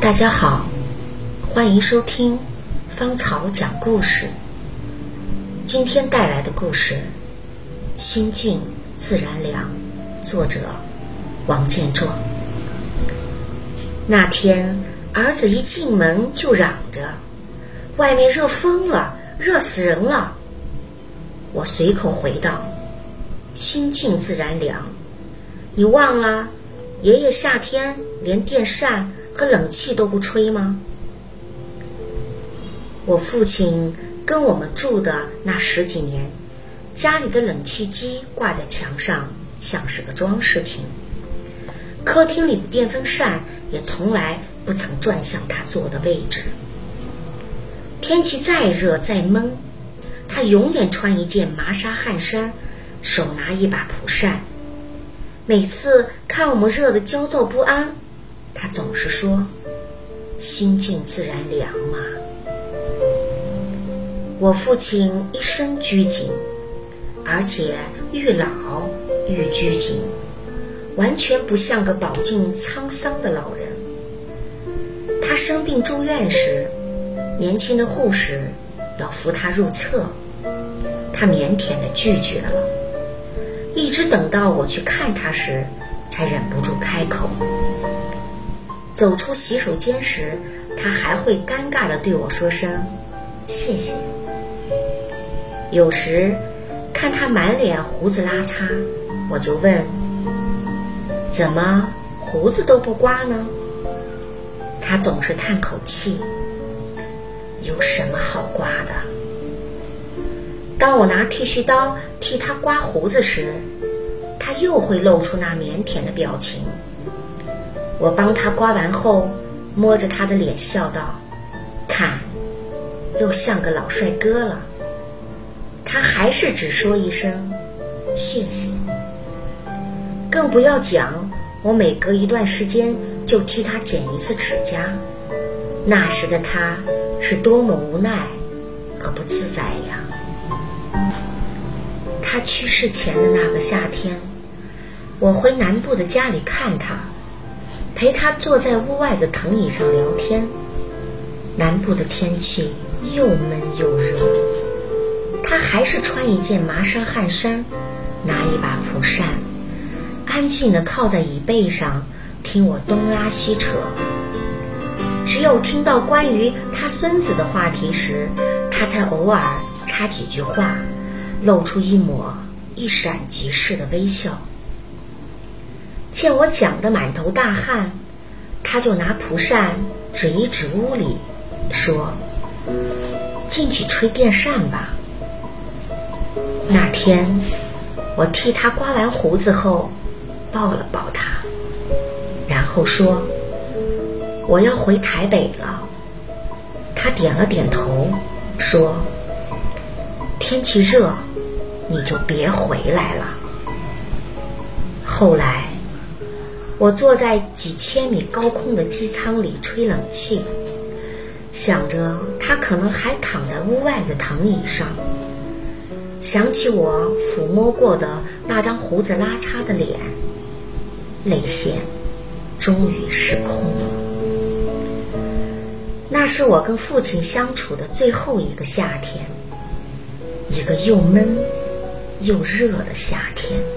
大家好，欢迎收听芳草讲故事。今天带来的故事《心静自然凉》，作者王建壮。那天儿子一进门就嚷着，外面热疯了，热死人了。我随口回道，心静自然凉，你忘了爷爷夏天连电扇和冷气都不吹吗？我父亲跟我们住的那10几年，家里的冷气机挂在墙上，像是个装饰品。客厅里的电风扇也从来不曾转向他坐的位置。天气再热再闷，他永远穿一件麻纱汗衫，手拿一把蒲扇。每次看我们热得焦躁不安，他总是说，心静自然凉嘛。我父亲一生拘谨，而且愈老愈拘谨，完全不像个饱经沧桑的老人。他生病住院时，年轻的护士要扶他入厕，他腼腆地拒绝了，一直等到我去看他时，才忍不住开口。走出洗手间时，他还会尴尬地对我说声谢谢。有时看他满脸胡子拉碴，我就问，怎么胡子都不刮呢？他总是叹口气，有什么好刮的？当我拿剃须刀替他刮胡子时，他又会露出那腼腆的表情。我帮他刮完后，摸着他的脸笑道，看，又像个老帅哥了。他还是只说一声谢谢。更不要讲，我每隔一段时间就替他剪一次指甲，那时的他是多么无奈和不自在呀。他去世前的那个夏天，我回南部的家里看他，陪他坐在屋外的藤椅上聊天。南部的天气又闷又热，他还是穿一件麻纱汗衫，拿一把蒲扇，安静地靠在椅背上听我东拉西扯。只有听到关于他孙子的话题时，他才偶尔插几句话，露出一抹一闪即逝的微笑。见我讲得满头大汗，他就拿蒲扇指一指屋里，说，进去吹电扇吧。那天我替他刮完胡子后，抱了抱他，然后说，我要回台北了。他点了点头，说，天气热，你就别回来了。后来我坐在几千米高空的机舱里吹冷气，想着他可能还躺在屋外的藤椅上，想起我抚摸过的那张胡子拉碴的脸，泪腺终于失控了。那是我跟父亲相处的最后一个夏天，一个又闷又热的夏天。